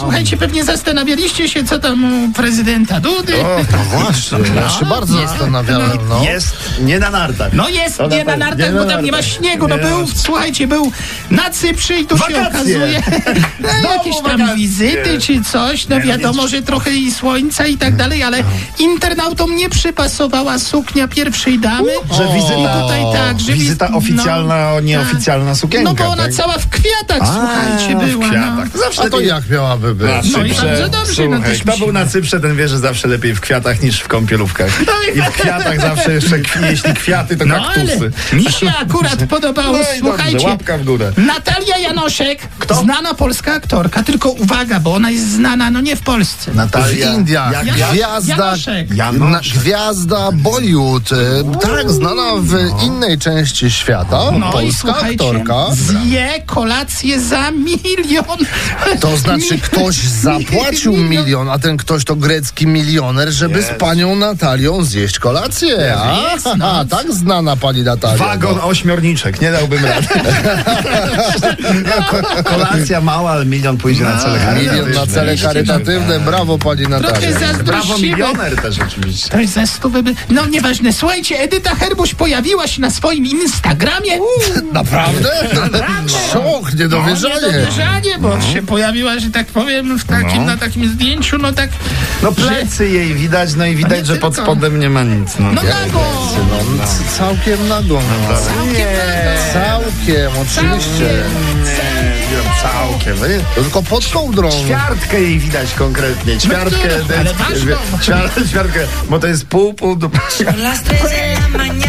Słuchajcie, pewnie zastanawialiście się, co tam u prezydenta Dudy. No właśnie, ja się bardzo zastanawiałem, no. Jest nie na nartach. No jest nie na nartach, bo tam nie ma śniegu. No był, słuchajcie, był na Cyprze i tu się Wakacje. okazuje jakieś tam wakacje. wizyty czy coś. No wiadomo, że trochę i słońca i tak dalej, ale internautom nie przypasowała suknia pierwszej damy. Że wizyta, I tutaj tak, że wizyta oficjalna, nieoficjalna sukienka. No bo ona tak? cała w kwiatach, słuchajcie, była. w kwiatach. No. Zawsze A to lepiej jak miałaby być? na No i Cyprze. bardzo dobrze, no Słuchaj, też kto mi się- był na Cyprze, ten wie, że zawsze lepiej w kwiatach niż w kąpielówkach. I w kwiatach zawsze jeszcze, jeśli kwiaty, to No ale kaktusy. mi się akurat podobało, No i słuchajcie, dobrze, łapka w górę. Natalia Janoszek, znana polska aktorka, tylko uwaga, bo ona jest znana, no nie w Polsce. W Indiach. Jak Gwiazda, Janoszek. gwiazda Bollywood. Tak, znana w innej części świata. No i Polska słuchajcie, aktorka. zje kolację za 1 milion. To znaczy ktoś zapłacił milion, a ten ktoś to grecki milioner, żeby z panią Natalią zjeść kolację. A tak znana pani Natalia. Wagon ośmiorniczek, nie dałbym rady. Kolacja mała, ale milion pójdzie na cele charytatywne. Milion na cele charytatywne. Brawo pani Trochę Natalia. Brawo zazdrościmy. milioner też oczywiście. To jest za 100 No nieważne. Słuchajcie, Edyta Herbuś pojawiła się na swoim Instagramie. Naprawdę? Szok, niedowierzanie. Niedowierzanie, bo się pojawiła, że tak powiem, na takim zdjęciu, no tak... No plecy jej widać, no i widać, nie że pod tylko. spodem nie ma nic. No. No nago! No, całkiem nago. Całkiem, oczywiście. Całkiem. To tylko pod kołdrą. Ćwiartkę jej widać konkretnie. Ćwiartkę, ale masz to. ćwiartkę, bo to jest pół do... Son las 3 de la mañana.